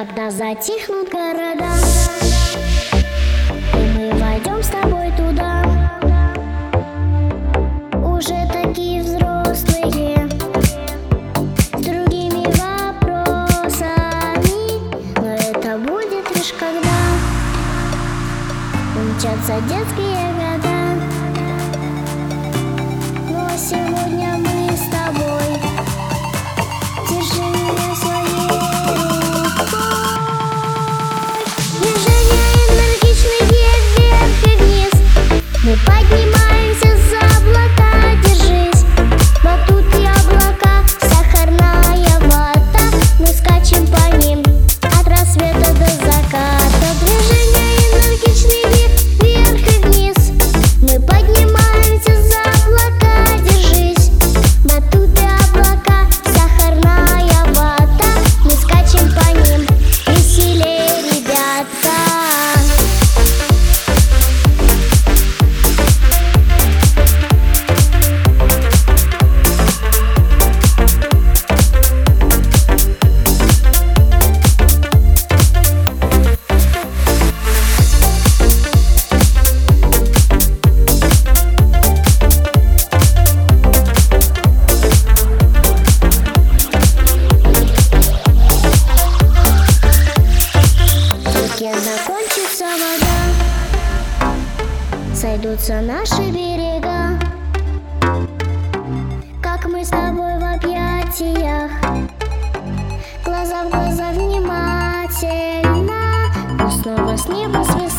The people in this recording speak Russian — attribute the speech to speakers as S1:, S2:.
S1: Когда затихнут города, и мы войдем с тобой туда, уже такие взрослые, с другими вопросами. Но это будет лишь когда умчатся детские года. Но сегодня мы с тобой. Держи меня своей рукой. Движения энергичные вверх и вниз. Мы поднимаемся за облака. Держись, батут и облака, сахарная вата. Мы скачем по ним от рассвета до заката. Движения энергичные вверх и вниз. Мы поднимаемся за облака. Держись, батут и облака, сахарная вата. Мы скачем по ним веселее, ребятка. Закончится вода, сойдутся наши берега, как мы с тобой в объятиях, глаза в глаза внимательно. Пусть снова с неба свистят